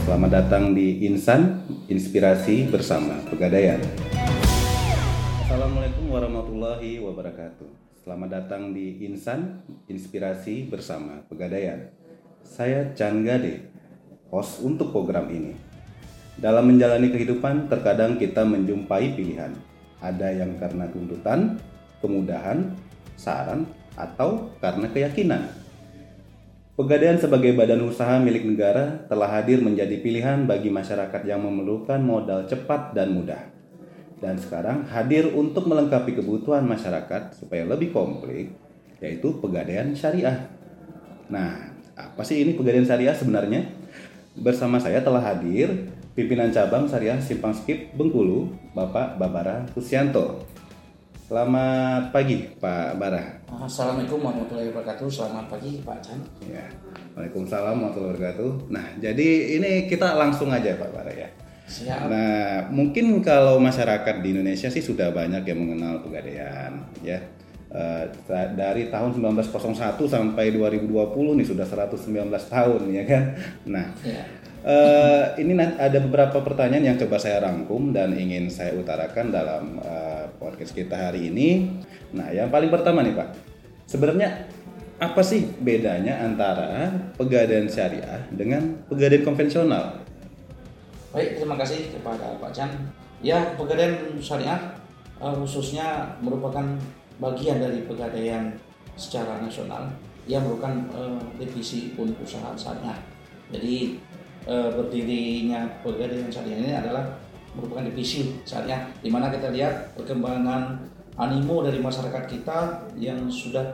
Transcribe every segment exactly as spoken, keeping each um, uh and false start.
Selamat datang di Insan, Inspirasi Bersama Pegadaian. Assalamualaikum warahmatullahi wabarakatuh. Selamat datang di Insan, Inspirasi Bersama Pegadaian. Saya Chan Gade, host untuk program ini. Dalam menjalani kehidupan, terkadang kita menjumpai pilihan. Ada yang karena tuntutan, kemudahan, saran, atau karena keyakinan. Pegadaian sebagai badan usaha milik negara telah hadir menjadi pilihan bagi masyarakat yang memerlukan modal cepat dan mudah. Dan sekarang hadir untuk melengkapi kebutuhan masyarakat supaya lebih komplit, yaitu Pegadaian Syariah. Nah, apa sih ini Pegadaian Syariah sebenarnya? Bersama saya telah hadir pimpinan cabang Syariah Simpang Skip Bengkulu, Bapak Babara Kusyanto. Selamat pagi, Pak Bara. Assalamualaikum warahmatullahi wabarakatuh. Selamat pagi, Pak Chan. Ya, Waalaikumsalam warahmatullahi wabarakatuh. Nah, jadi ini kita langsung aja, Pak Bara ya. Siap. Nah, mungkin kalau masyarakat di Indonesia sih sudah banyak yang mengenal Pegadaian, ya. Uh, dari tahun sembilan belas nol satu sampai dua ribu dua puluh nih sudah seratus sembilan belas tahun, ya kan. Nah. Ya. Uh, ini ada beberapa pertanyaan yang coba saya rangkum dan ingin saya utarakan dalam uh, podcast kita hari ini. Nah, yang paling pertama nih Pak, sebenarnya apa sih bedanya antara Pegadaian Syariah dengan Pegadaian konvensional? Baik, terima kasih kepada Pak Chan. Ya, Pegadaian Syariah uh, khususnya merupakan bagian dari Pegadaian secara nasional yang merupakan uh, divisi unit usaha syariah. Jadi E, berdirinya Pegadaian Syariah ini adalah merupakan divisi syariah, di mana kita lihat perkembangan animo dari masyarakat kita yang sudah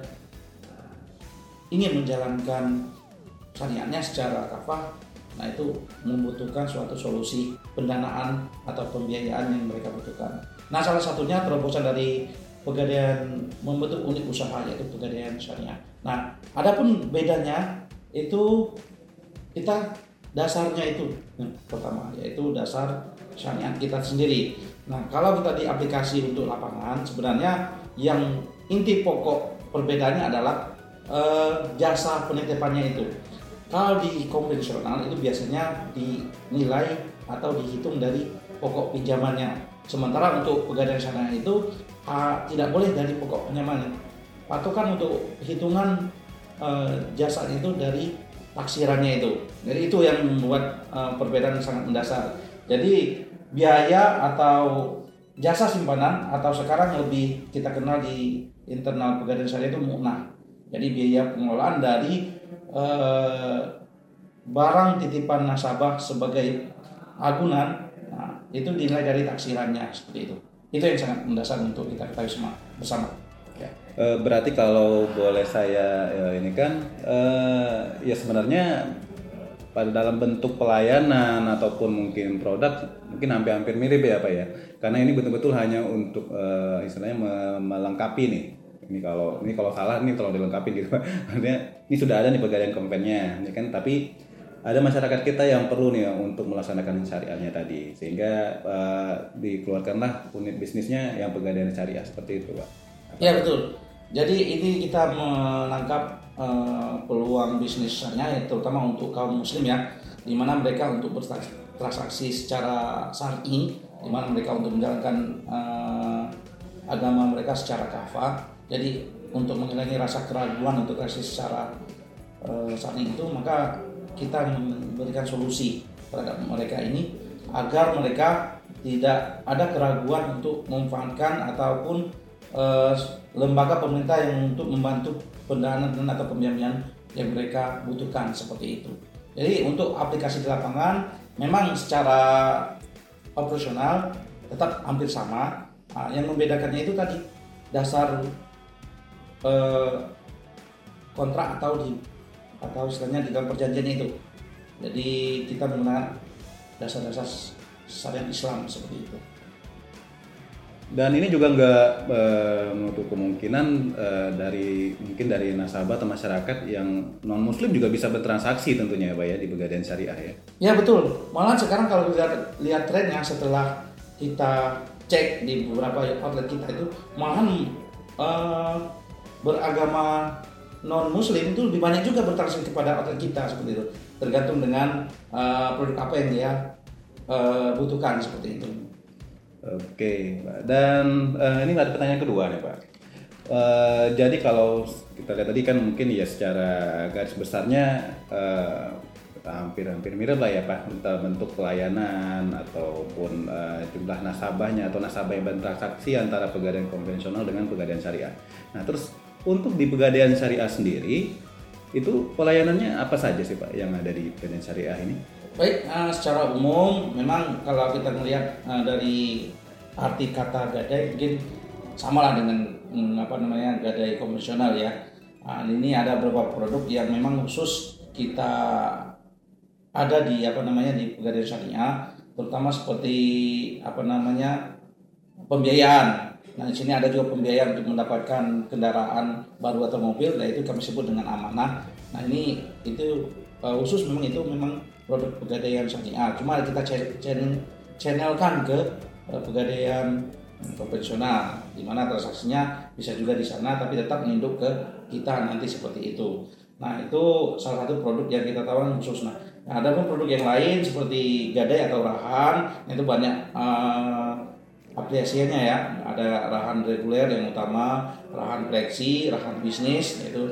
ingin menjalankan syariahnya secara kafah. Nah, itu membutuhkan suatu solusi pendanaan atau pembiayaan yang mereka butuhkan. Nah, salah satunya terobosan dari Pegadaian membentuk unit usaha yaitu Pegadaian Syariah. Nah, adapun bedanya itu kita dasarnya itu nah, pertama yaitu dasar syariat kita sendiri. Nah, kalau kita di aplikasi untuk lapangan sebenarnya yang inti pokok perbedaannya adalah eh, jasa penitipannya itu. Kalau di konvensional itu biasanya dinilai atau dihitung dari pokok pinjamannya. Sementara untuk Pegadaian Syariah itu ha, tidak boleh dari pokok pinjamannya. Patokan untuk hitungan eh, jasa itu dari taksirannya itu. Jadi itu yang membuat uh, perbedaan sangat mendasar. Jadi biaya atau jasa simpanan atau sekarang lebih kita kenal di internal Pegadaian Syariah itu mu'nah. Jadi biaya pengelolaan dari uh, barang titipan nasabah sebagai agunan, nah, itu dinilai dari taksirannya seperti itu. Itu yang sangat mendasar untuk kita ketahui semua bersama. Ya. E, berarti kalau boleh saya ya ini kan e, ya sebenarnya pada dalam bentuk pelayanan ataupun mungkin produk mungkin hampir-hampir mirip ya Pak ya, karena ini betul-betul hanya untuk e, istilahnya melengkapi nih. Ini kalau ini kalau salah ini tolong dilengkapi gitu Pak. Artinya ini sudah ada nih Pegadaian konvennya, ya kan, tapi ada masyarakat kita yang perlu nih untuk melaksanakan syariahnya tadi, sehingga e, dikeluarkanlah unit bisnisnya yang Pegadaian Syariah seperti itu Pak. Ya betul. Jadi ini kita menangkap uh, peluang bisnis syariah terutama untuk kaum muslim ya, di mana mereka untuk bertransaksi secara syar'i, di mana mereka untuk menjalankan uh, agama mereka secara kafah. Jadi untuk mengurangi rasa keraguan untuk transaksi secara uh, syar'i itu, maka kita memberikan solusi terhadap mereka ini agar mereka tidak ada keraguan untuk memanfaatkan ataupun Uh, lembaga pemerintah yang untuk membantu pendanaan atau pembiayaan yang mereka butuhkan seperti itu. Jadi untuk aplikasi di lapangan memang secara operasional tetap hampir sama. Nah, yang membedakannya itu tadi dasar uh, kontrak atau di atau istilahnya di dalam perjanjian itu. Jadi kita menggunakan dasar-dasar syariat Islam seperti itu. Dan ini juga nggak e, menutup kemungkinan e, dari mungkin dari nasabah atau masyarakat yang non muslim juga bisa bertransaksi tentunya ya Pak ya di Pegadaian Syariah ya. Ya betul. Malah sekarang kalau lihat lihat trennya setelah kita cek di beberapa outlet kita itu malahan e, beragama non muslim itu lebih banyak juga bertransaksi kepada outlet kita seperti itu. tergantung dengan uh, produk apa yang dia uh, butuhkan seperti itu. Oke, Pak. Dan uh, ini ada pertanyaan kedua nih, Pak. Uh, jadi kalau kita lihat tadi kan mungkin ya secara garis besarnya uh, hampir-hampir mirip lah ya Pak, entah bentuk pelayanan ataupun uh, jumlah nasabahnya atau nasabah yang bertransaksi antara pegadaian konvensional dengan pegadaian syariah. Nah terus untuk di pegadaian syariah sendiri itu pelayanannya apa saja sih Pak yang ada di pegadaian syariah ini? Baik, uh, secara umum memang kalau kita melihat uh, dari arti kata gadai mungkin sama lah dengan hmm, apa namanya gadai konvensional ya. Nah, ini ada beberapa produk yang memang khusus kita ada di apa namanya di pegadaian syariah, terutama seperti apa namanya pembiayaan. Nah, di sini ada juga pembiayaan untuk mendapatkan kendaraan baru atau mobil, yaitu kami sebut dengan amanah. Nah, ini itu uh, khusus memang itu memang produk pegadaian syariah. Cuma kita channel channelkan ke uh, pegadaian konvensional, di mana transaksinya bisa juga di sana, tapi tetap menginduk ke kita nanti seperti itu. Nah, itu salah satu produk yang kita tawarkan khusus. Nah, ada pun produk yang lain seperti gadai atau rahan, itu banyak uh, aplikasinya ya. Ada rahan reguler yang utama, rahan fleksi, rahan bisnis, itu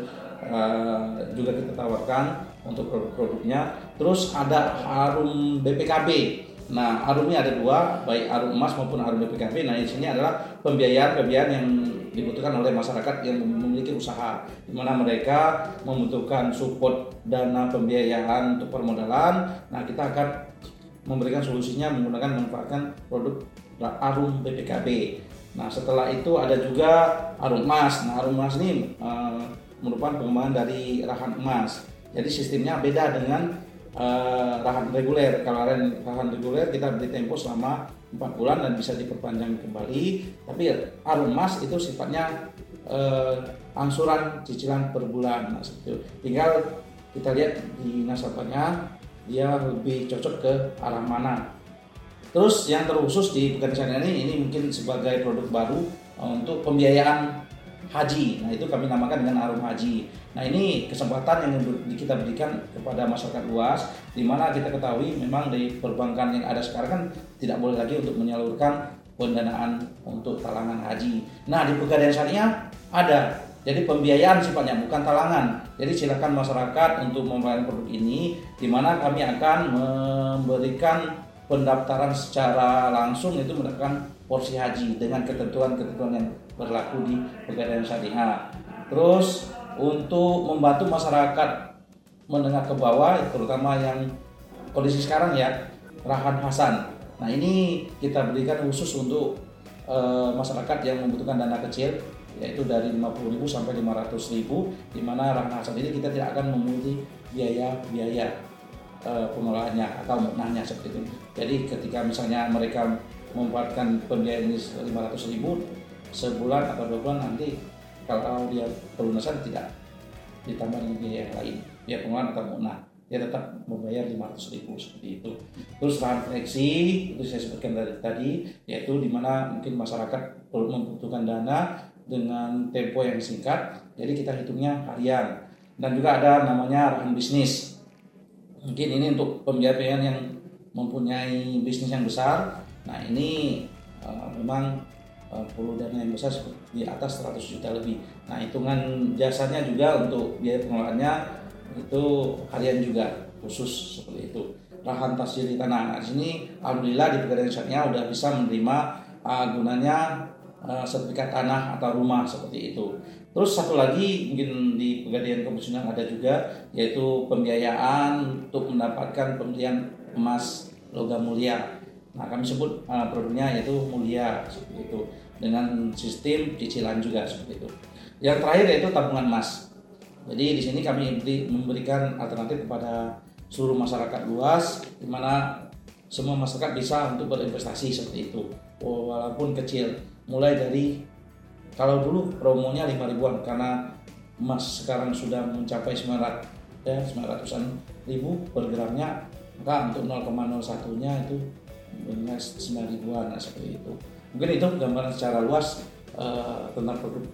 uh, juga kita tawarkan untuk produk-produknya. Terus ada Harum B P K B. Nah, Harumnya ada dua, baik Harum Emas maupun Harum B P K B. Nah, di sini adalah pembiayaan-pembiayaan yang dibutuhkan oleh masyarakat yang memiliki usaha, di mana mereka membutuhkan support dana pembiayaan untuk permodalan. Nah, kita akan memberikan solusinya menggunakan memanfaatkan produk Harum B P K B. Nah, setelah itu ada juga Harum Emas. Nah, Harum Emas ini uh, merupakan pengembangan dari rahan emas. Jadi sistemnya beda dengan uh, rahan reguler. Kalau rahan reguler kita beri tempo selama empat bulan dan bisa diperpanjang kembali. Tapi Harum Emas itu sifatnya uh, angsuran cicilan per bulan. Nah, itu tinggal kita lihat di nasabahnya dia lebih cocok ke arah mana. Terus yang terkhusus di pegadaian syariah ini, ini mungkin sebagai produk baru uh, untuk pembiayaan haji. Nah, itu kami namakan dengan Harum Haji. Nah, ini kesempatan yang kita berikan kepada masyarakat luas, di mana kita ketahui memang di perbankan yang ada sekarang kan tidak boleh lagi untuk menyalurkan pendanaan untuk talangan haji. Nah, di pegadaian syariah ada. Jadi pembiayaan sifatnya bukan talangan. Jadi silakan masyarakat untuk membayar produk ini, di mana kami akan memberikan pendaftaran secara langsung itu mendapatkan porsi haji dengan ketentuan-ketentuan yang berlaku di pegadaian syariah. Terus untuk membantu masyarakat menengah ke bawah, terutama yang kondisi sekarang ya, Rahan Hasan. Nah, ini kita berikan khusus untuk e, masyarakat yang membutuhkan dana kecil, yaitu dari lima puluh ribu sampai lima ratus ribu, di mana Rahan Hasan ini kita tidak akan memunguti biaya-biaya e, pengelolaannya atau munahnya seperti itu. Jadi ketika misalnya mereka memanfaatkan pembiayaan ini lima ratus ribu sebulan atau dua bulan, nanti kalau dia pelunasan tidak ditambah dengan biaya yang lain, biaya pengelolaan atau munah, dia tetap membayar lima ratus ribu seperti itu. Terus rahan fleksi itu saya sebutkan dari tadi, yaitu di mana mungkin masyarakat perlu membutuhkan dana dengan tempo yang singkat, jadi kita hitungnya harian. Dan juga ada namanya rahan bisnis. Mungkin ini untuk pembiayaan yang mempunyai bisnis yang besar. Nah, ini uh, memang uh, perlu dana yang besar di atas seratus juta lebih. Nah, hitungan jasanya juga untuk biaya pengelolaannya itu harian juga khusus seperti itu. Rahan tasjili tanah. Nah, di sini alhamdulillah di pegadaian syariah udah bisa menerima uh, gunanya uh, sertifikat tanah atau rumah seperti itu. Terus satu lagi mungkin di pegadaian konvensional ada juga, yaitu pembiayaan untuk mendapatkan pembelian emas logam mulia. Nah, kami sebut uh, produknya yaitu mulia seperti itu, dengan sistem cicilan juga seperti itu. Yang terakhir yaitu tabungan emas. Jadi di sini kami memberikan alternatif kepada seluruh masyarakat luas, di mana semua masyarakat bisa untuk berinvestasi seperti itu, walaupun kecil. Mulai dari, kalau dulu promonya lima ribuan, karena emas sekarang sudah mencapai sembilan ratusan ribu per gramnya, maka untuk nol koma nol satu nya itu dengan sembilan ribuan, nah, seperti itu. Mungkin itu gambaran secara luas uh, tentang produk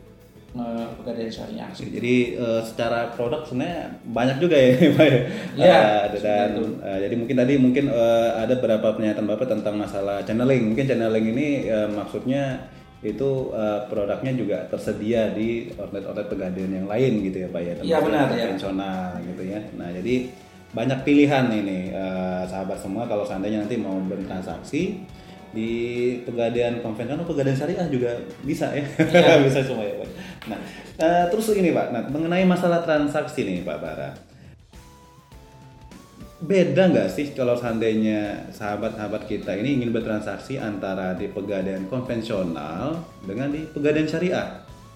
uh, Pegadaian Syariah. Jadi uh, secara produk sebenarnya banyak juga ya Pak ya. Iya. Uh, dan uh, jadi mungkin tadi mungkin uh, ada beberapa pernyataan Bapak tentang masalah channeling. Mungkin channeling ini uh, maksudnya itu uh, produknya juga tersedia di outlet-outlet Pegadaian yang lain gitu ya Pak ya. Iya benar ya. Konvensional gitu ya. Nah jadi banyak pilihan ini uh, sahabat semua kalau seandainya nanti mau bertransaksi di Pegadaian konvensional, Pegadaian Syariah juga bisa ya, ya. Bisa semua ya Pak. Nah uh, terus ini Pak, nah mengenai masalah transaksi nih Pak Bara, beda nggak sih kalau seandainya sahabat-sahabat kita ini ingin bertransaksi antara di Pegadaian konvensional dengan di Pegadaian Syariah?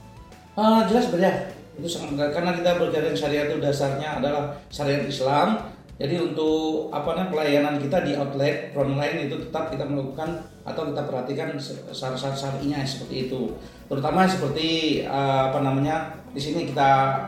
Uh, jelas beda. Itu sangat karena kita Pegadaian Syariah itu dasarnya adalah syariat Islam. Jadi untuk apa namanya pelayanan kita di outlet online itu tetap kita melakukan atau kita perhatikan syarat-syarat syar'inya seperti itu. Terutama seperti uh, apa namanya di sini kita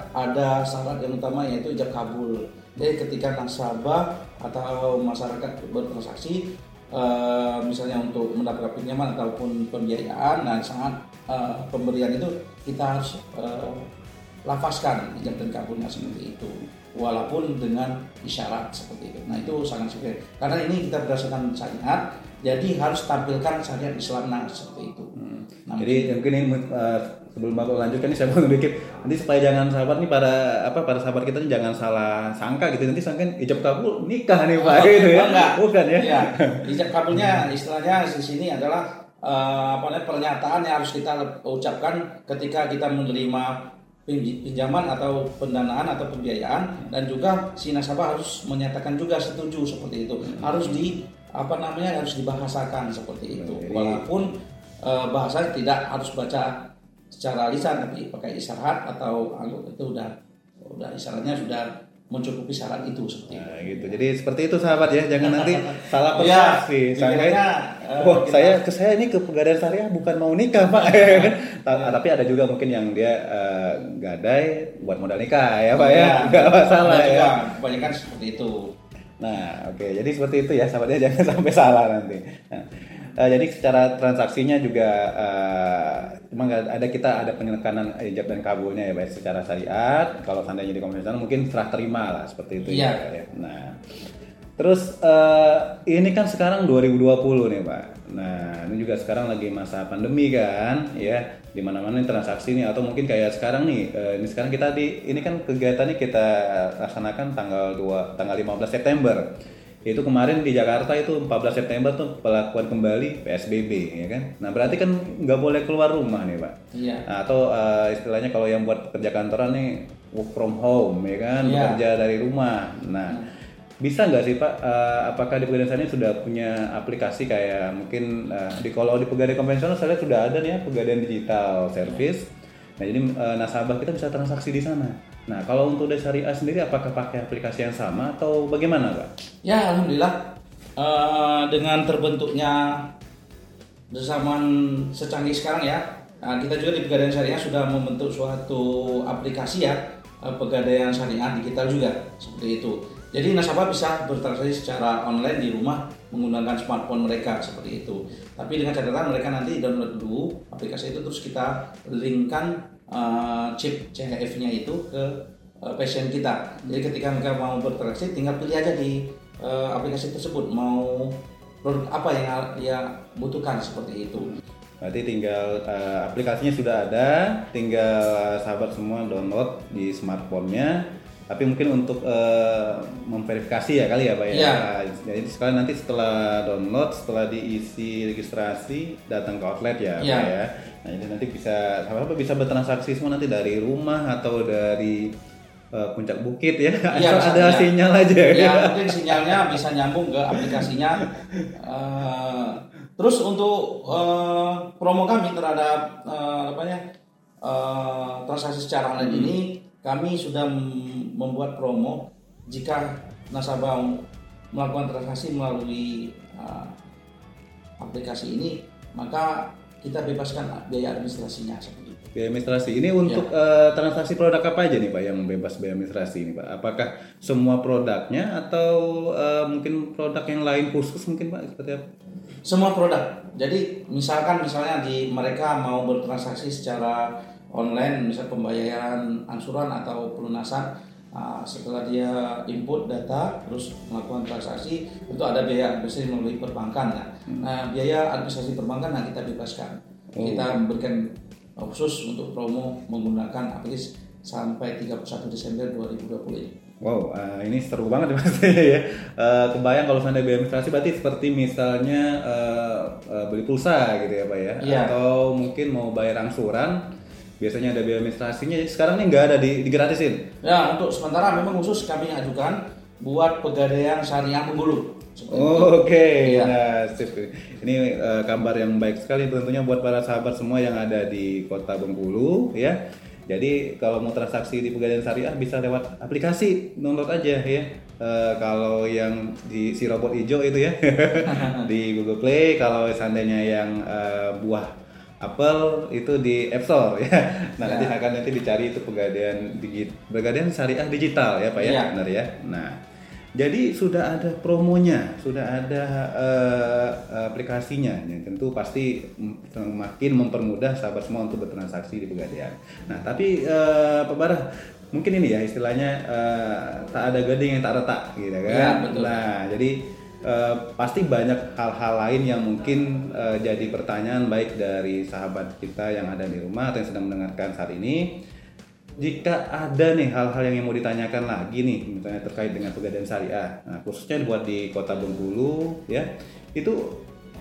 ada syarat yang utama yaitu ijab kabul. Jadi ketika nasabah atau masyarakat bertransaksi uh, misalnya untuk mendapatkan pinjaman ataupun pembiayaan, nah sangat uh, pemberian itu kita harus uh, lafazkan ijab dan kabulnya seperti itu. Walaupun dengan isyarat seperti itu. Nah itu sangat sekali. Karena ini kita berdasarkan syariat, jadi harus tampilkan syariat Islam nah seperti itu. Hmm. Nah, jadi mungkin ini uh, sebelum Bapak lanjutkan ini saya mau sedikit nanti supaya jangan sahabat nih para apa para sahabat kita nih jangan salah sangka gitu nanti sangka ijab kabul nikah nih Pak oh, gitu ya. Enggak. Bukan ya. Ya. Ijab kabulnya istilahnya di sini adalah uh, apa namanya pernyataan yang harus kita ucapkan ketika kita menerima pinjaman atau pendanaan atau pembiayaan dan juga si nasabah harus menyatakan juga setuju seperti itu. Harus di apa namanya harus dibahasakan seperti itu. Walaupun e, bahasa tidak harus baca secara lisan tapi pakai isyarat atau itu udah udah isyaratnya sudah mencukupi syarat itu seperti nah, itu. gitu. Jadi seperti itu sahabat ya, jangan nanti salah persepsi. Ya, Sangka uh, wah, kita... saya ke saya ini ke Pegadaian Syariah bukan mau nikah, Pak. Tapi ada juga mungkin yang dia uh, gadai buat modal nikah ya, Pak ya. Enggak ya, masalah ya. Kebanyakan seperti itu. Nah, oke. Okay. Jadi seperti itu ya, sahabatnya jangan sampai salah nanti. Nah, Uh, jadi secara transaksinya juga uh, memang ada kita ada penekanan ijab dan kabulnya ya baik secara syariat. Kalau seandainya di konvensional mungkin serah terima lah seperti itu iya. ya. Nah, terus uh, ini kan sekarang dua ribu dua puluh nih Pak. Nah ini juga sekarang lagi masa pandemi kan, ya di mana-mana transaksi nih atau mungkin kayak sekarang nih. Uh, ini sekarang kita di ini kan kegiatannya kita laksanakan tanggal dua tanggal lima belas September. Itu kemarin di Jakarta itu empat belas September tuh pelakuan kembali P S B B ya kan. Nah berarti kan nggak boleh keluar rumah nih Pak. Iya. Nah, atau uh, istilahnya kalau yang buat kerja kantoran nih work from home ya kan, iya. bekerja dari rumah. Nah hmm. bisa nggak sih Pak? Uh, apakah di Pegadaian Syariah sudah punya aplikasi kayak mungkin uh, di kalau di Pegadaian konvensional saya lihat sudah ada nih ya Pegadaian Digital Service. Nah jadi uh, nasabah kita bisa transaksi di sana. Nah, kalau untuk dari Syariah sendiri, apakah pakai aplikasi yang sama atau bagaimana, Pak? Ya, alhamdulillah uh, dengan terbentuknya zaman secanggih sekarang ya, nah, kita juga di Pegadaian Syariah sudah membentuk suatu aplikasi ya, uh, Pegadaian Syariah digital juga seperti itu. Jadi nasabah bisa bertransaksi secara online di rumah menggunakan smartphone mereka seperti itu. Tapi dengan catatan mereka nanti download dulu aplikasi itu terus kita linkkan Uh, chip C H F-nya itu ke uh, passion kita. Jadi ketika mereka mau bertransaksi tinggal pilih aja di uh, aplikasi tersebut mau produk apa yang dia butuhkan seperti itu. Berarti tinggal uh, aplikasinya sudah ada, tinggal sahabat semua download di smartphone-nya. Tapi mungkin untuk uh, memverifikasi ya kali ya Pak ya. Ya. Jadi sekali nanti setelah download, setelah diisi registrasi datang ke outlet ya, ya. Pak ya. Nah jadi nanti bisa apa bisa bertransaksi semua nanti dari rumah atau dari uh, puncak bukit ya. ya Asal ada ya. Sinyal aja. Ya, ya mungkin sinyalnya bisa nyambung ke aplikasinya. Uh, terus untuk uh, promo kami terhadap uh, apa ya uh, transaksi secara online hmm. ini kami sudah membuat promo jika nasabah melakukan transaksi melalui uh, aplikasi ini maka kita bebaskan biaya administrasinya seperti itu. Biaya administrasi ini untuk ya. uh, transaksi produk apa aja nih Pak yang bebas biaya administrasi ini Pak? Apakah semua produknya atau uh, mungkin produk yang lain khusus mungkin Pak seperti apa? Semua produk. Jadi misalkan misalnya di mereka mau bertransaksi secara online, misal pembayaran angsuran atau pelunasan. Nah, setelah dia input data terus melakukan transaksi, itu ada biaya administrasi melalui perbankan. Nah, hmm. nah biaya administrasi perbankan nah kita bebaskan. Oh. Kita memberikan khusus untuk promo menggunakan aplikasi sampai tiga puluh satu Desember dua ribu dua puluh ini. Wow, uh, ini seru banget ya Mas ya. Uh, kebayang kalau seandainya biaya administrasi berarti seperti misalnya uh, uh, beli pulsa gitu ya Pak ya, yeah. Atau mungkin mau bayar angsuran, biasanya ada biaya administrasinya. Sekarang ini nggak ada, di, digratisin. Ya, untuk sementara memang khusus kami ajukan buat Pegadaian Syariah Bengkulu. Oh, Oke, okay. Ya. Nah, ini uh, kabar yang baik sekali tentunya buat para sahabat semua yang ada di Kota Bengkulu ya. Jadi kalau mau transaksi di Pegadaian Syariah bisa lewat aplikasi, download aja ya. Uh, kalau yang di si robot hijau itu ya di Google Play. Kalau seandainya yang uh, buah Apple itu di App Store ya. Nah ya. Nanti akan nanti dicari itu Pegadaian digit, Pegadaian Syariah Digital ya Pak ya, ya. Benar ya. Nah. Jadi sudah ada promonya, sudah ada uh, aplikasinya, ya, tentu pasti semakin mempermudah sahabat semua untuk bertransaksi di Pegadaian. Nah, tapi uh, Pak Barah, mungkin ini ya istilahnya uh, tak ada gading yang tak retak, gitu kan? Ya, betul. Nah, jadi uh, pasti banyak hal-hal lain yang mungkin uh, jadi pertanyaan baik dari sahabat kita yang ada di rumah atau yang sedang mendengarkan saat ini. Jika ada nih hal-hal yang mau ditanyakan lagi nih, misalnya terkait dengan Pegadaian Syariah, nah khususnya buat di Kota Bengkulu, ya, itu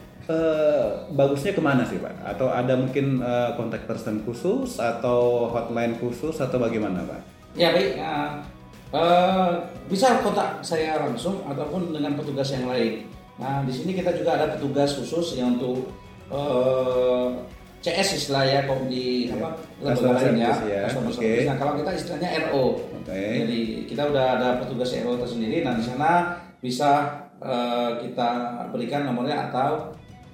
eh, bagusnya kemana sih Pak? Atau ada mungkin eh, kontak person khusus atau hotline khusus atau bagaimana Pak? Ya baik, uh, uh, bisa kontak saya langsung ataupun dengan petugas yang lain. Nah di sini kita juga ada petugas khusus yang untuk uh, C S istilah ya, kok di ya. Apa lembaga lainnya ya. Okay. Nah kalau kita istilahnya R O, okay. Jadi kita udah ada petugas R O tersendiri. Nah di sana bisa uh, kita berikan nomornya atau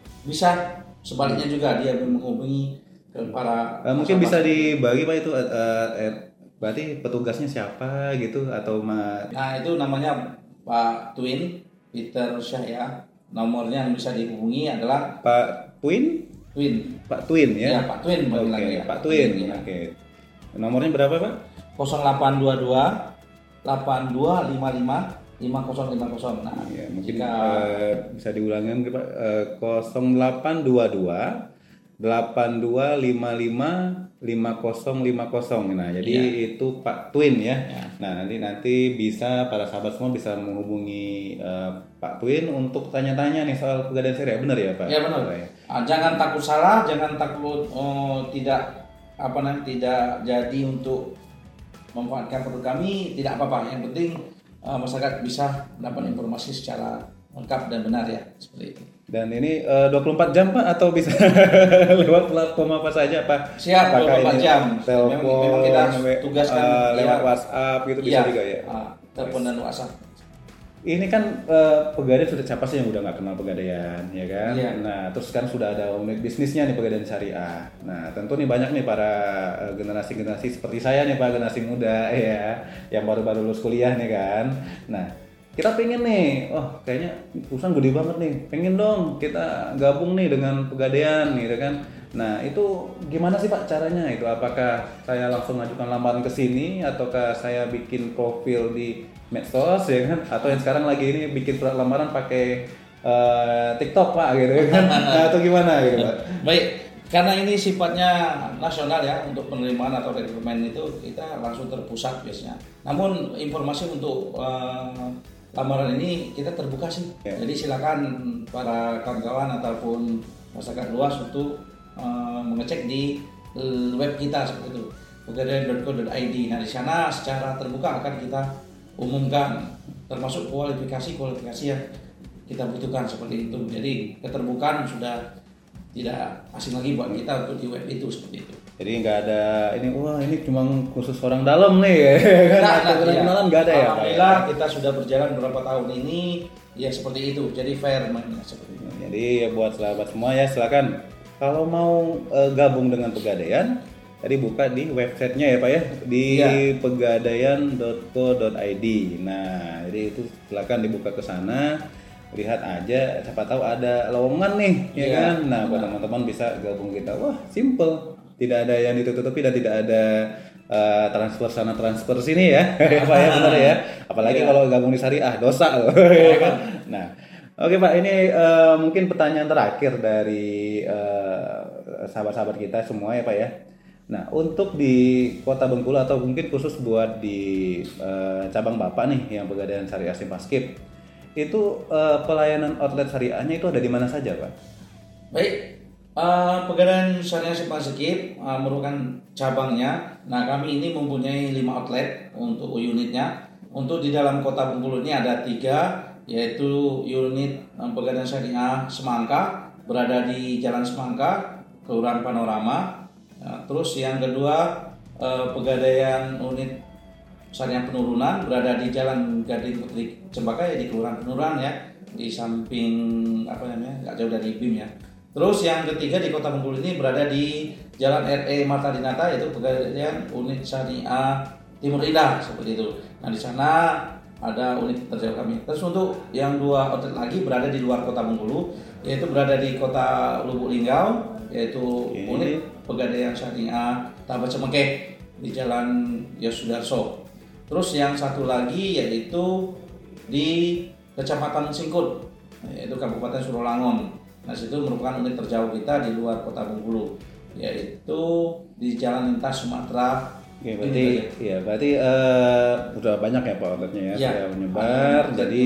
bisa sebaliknya juga dia menghubungi ke para. Uh, mungkin bisa dibagi Pak itu, uh, uh, berarti petugasnya siapa gitu atau ma? Nah itu namanya Pak Twin Peter Syah ya. Nomornya yang bisa dihubungi adalah Pak Twin. Twin. Pak Twin ya? Ya Pak Twin. Oke, okay. Ya. Pak Twin. Ya. Oke. Okay. Nomornya berapa Pak? nol delapan dua dua delapan dua lima lima lima nol lima nol. Nah, ya, mungkin jika... uh, bisa diulangkan Pak. Uh, nol delapan dua dua delapan dua lima lima lima nol lima nol. Nah, jadi ya. Itu Pak Twin ya. Ya. Nah, nanti nanti bisa para sahabat semua bisa menghubungi uh, Pak Twin untuk tanya-tanya nih soal Pegadaian Syariah, benar ya Pak? Ya benar. Ya. Ah, jangan takut salah, jangan takut oh, tidak apa nanti tidak jadi untuk memanfaatkan produk kami, tidak apa-apa. Yang penting uh, masyarakat bisa dapat informasi secara lengkap dan benar ya, seperti itu. Dan ini uh, dua puluh empat jam Pak atau bisa lewat platform apa saja Pak? Siap, dua puluh empat jam. Telepon, memang, memang kita tugaskan uh, lewat ya. WhatsApp gitu bisa ya, juga ya. Uh, telepon dan WhatsApp. Ini kan uh, Pegadaian sudah siapa sih yang udah nggak kenal Pegadaian, ya kan? Ya. Nah, terus kan sudah ada unit bisnisnya nih Pegadaian Syariah. Nah, tentu nih banyak nih para uh, generasi-generasi seperti saya nih Pak, generasi muda ya, yang baru-baru lulus kuliah nih kan. Nah, kita pengen nih, oh kayaknya perusahaan gede banget nih, pengen dong kita gabung nih dengan Pegadaian gitu kan. Nah itu gimana sih Pak caranya itu? Apakah saya langsung ngajukan lamaran ke sini ataukah saya bikin profil di medsos ya kan? Atau yang sekarang lagi ini bikin surat lamaran pakai uh, TikTok Pak gitu kan? Nah, atau gimana gitu Pak? Baik, karena ini sifatnya nasional ya, untuk penerimaan atau rekrutmen itu kita langsung terpusat biasanya. Namun informasi untuk uh, lamaran ini kita terbuka sih, yeah. Jadi silakan para kawan-kawan ataupun masyarakat luas untuk uh, mengecek di uh, web kita seperti itu, pegadaian dot co dot i d. Nah di sana secara terbuka akan kita umumkan, termasuk kualifikasi-kualifikasi yang kita butuhkan seperti itu. Jadi keterbukaan sudah tidak asing lagi buat kita untuk di web itu seperti itu. Jadi nggak ada ini, wah ini cuma khusus orang dalam nih ya. Nah, nah, kenalan nggak ada ya. Alhamdulillah ya? Kita sudah berjalan beberapa tahun ini ya seperti itu. Jadi fair mainnya seperti itu. Jadi ya buat sahabat semua ya silakan kalau mau e, gabung dengan Pegadaian, tadi buka di websitenya ya Pak ya, di ya. pegadaian dot co dot i d. Nah jadi itu silakan dibuka ke sana. Lihat aja, siapa tahu ada lowongan nih, ya, ya kan? Nah, buat teman-teman bisa gabung kita. Wah, simple. tidak ada yang ditutupi dan tidak ada uh, transfer sana transfer sini ya. Ya Pak ya, benar ya. Apalagi yeah. kalau gabung di syariah dosa loh. Ya kan? Nah, oke Pak, ini uh, mungkin pertanyaan terakhir dari uh, sahabat-sahabat kita semua ya Pak ya. Nah, untuk di Kota Bengkulu atau mungkin khusus buat di uh, cabang Bapak nih yang Pegadaian Syariah Simpaskib, itu uh, pelayanan outlet syariahnya itu ada di mana saja Pak? Baik, uh, Pegadaian Syariah Simpaskib uh, merupakan cabangnya. Nah, kami ini mempunyai lima outlet untuk unitnya. Untuk di dalam Kota Bengkulu ini ada tiga, yaitu unit um, Pegadaian Syariah Semangka berada di Jalan Semangka, Kelurahan Panorama. Nah, terus yang kedua eh, Pegadaian unit Syariah Penurunan berada di Jalan Gading Putri Cempaka ya, di Kelurahan Penurunan ya, di samping apa namanya nggak jauh dari B I M ya. Terus yang ketiga di Kota Bengkulu ini berada di Jalan R E Marta Dinata, yaitu Pegadaian unit Syariah Timur Indah seperti itu. Nah, di sana ada unit terjauh kami. Terus untuk yang dua outlet lagi berada di luar Kota Bengkulu, yaitu berada di Kota Lubuk Linggau, yaitu okay. unit Pegadaian Syariah Tabat Cemengkeh di Jalan Yosudarso. Terus yang satu lagi yaitu di Kecamatan Singkut, yaitu Kabupaten Surolangun. Nah, situ merupakan unit terjauh kita di luar Kota Bengkulu, yaitu di Jalan Lintas Sumatera. Oke, berarti ya berarti uh, udah banyak ya Pak outletnya ya, ya sudah menyebar. Ah, jadi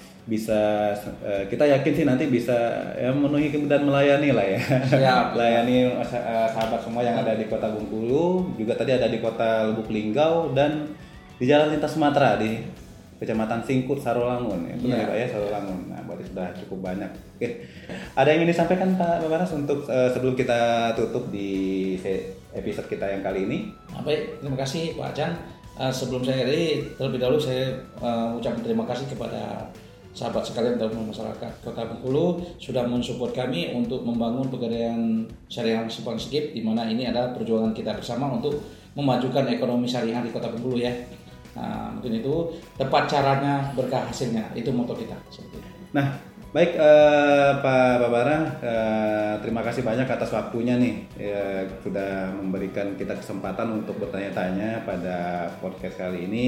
bisa uh, kita yakin sih nanti bisa ya memenuhi dan melayani lah ya. Siap, melayani uh, sahabat semua yang ada di Kota Bengkulu, juga tadi ada di Kota Lubuk Linggau dan di Jalan Lintas Sumatera di Kecamatan Singkut, Sarolangun ya. Benar ya Pak ya, Sarolangun. Nah, berarti sudah cukup banyak. Oke. Ada yang ingin disampaikan Pak Babaras untuk uh, sebelum kita tutup di episode kita yang kali ini? Baik, terima kasih Pak Acan. Uh, sebelum saya akhiri, terlebih dahulu saya uh, ucapkan terima kasih kepada sahabat sekalian dan masyarakat Kota Bengkulu sudah mensupport kami untuk membangun Pegadaian Syariah Simpaskib, di mana ini adalah perjuangan kita bersama untuk memajukan ekonomi syariah di Kota Bengkulu ya. Nah, mungkin itu tepat caranya berkah hasilnya, itu moto kita. Nah, baik uh, Pak Babara, uh, terima kasih banyak atas waktunya nih ya, sudah memberikan kita kesempatan untuk bertanya-tanya pada podcast kali ini.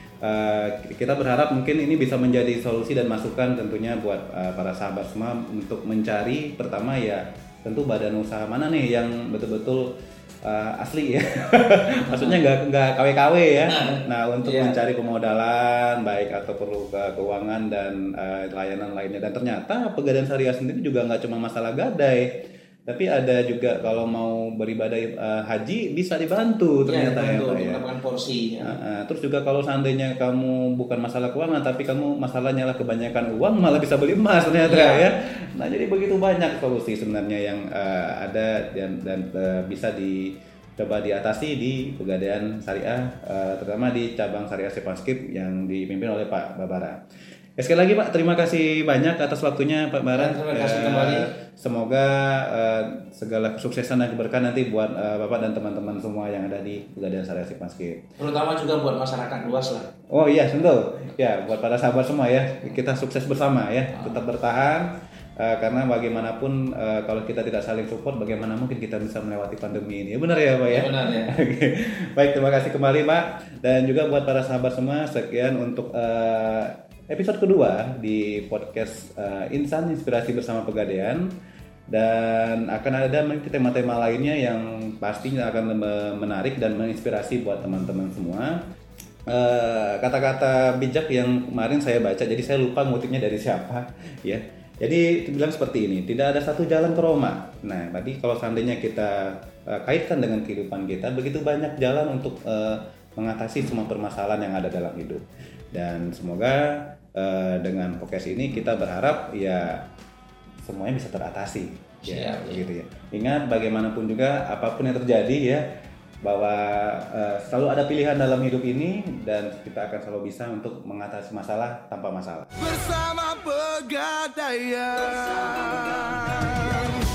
Uh, kita berharap mungkin ini bisa menjadi solusi dan masukan tentunya buat uh, para sahabat semua untuk mencari pertama ya tentu badan usaha mana nih yang betul-betul uh, asli ya, maksudnya nggak nggak K W K W ya. Nah, untuk yeah. mencari pemodalan baik atau perlu ke keuangan dan uh, layanan lainnya, dan ternyata Pegadaian Syariah sendiri juga nggak cuma masalah gadai, tapi ada juga kalau mau beribadah uh, haji bisa dibantu ternyata ya, dibantu, ya, ya. porsi. Ya. Uh, uh, terus juga kalau seandainya kamu bukan masalah keuangan tapi kamu masalahnya lah kebanyakan uang, malah bisa beli emas ternyata ya. ya. Nah, jadi begitu banyak solusi sebenarnya yang uh, ada dan dan uh, bisa dicoba diatasi di Pegadaian Syariah, uh, terutama di cabang Syariah Simpaskib yang dipimpin oleh Pak Babara. Ya, sekali lagi Pak, terima kasih banyak atas waktunya Pak Bara. Terima kasih kembali. Uh, semoga uh, segala kesuksesan dan keberkahan nanti buat uh, Bapak dan teman-teman semua yang ada di Pegadaian Syariah Simpaskib. Terutama juga buat masyarakat luas lah. Oh iya, tentu. Ya, buat para sahabat semua ya, kita sukses bersama ya, tetap bertahan. Uh, karena bagaimanapun uh, kalau kita tidak saling support, bagaimana mungkin kita bisa melewati pandemi ini? Benar ya Pak ya? Benar ya. Baik, terima kasih kembali Pak. Dan juga buat para sahabat semua, sekian untuk uh, episode kedua di podcast uh, Insan Inspirasi Bersama Pegadaian, dan akan ada tema-tema lainnya yang pastinya akan menarik dan menginspirasi buat teman-teman semua. Uh, kata-kata bijak yang kemarin saya baca, jadi saya lupa ngutipnya dari siapa ya. Jadi bilang seperti ini, tidak ada satu jalan ke Roma. Nah, berarti kalau seandainya kita uh, kaitkan dengan kehidupan kita, begitu banyak jalan untuk uh, mengatasi semua permasalahan yang ada dalam hidup. Dan semoga uh, dengan podcast ini kita berharap ya semuanya bisa teratasi. Ya, begitu ya. Ingat bagaimanapun juga apapun yang terjadi ya, bahwa uh, selalu ada pilihan dalam hidup ini dan kita akan selalu bisa untuk mengatasi masalah tanpa masalah. Bersama Pegadaian.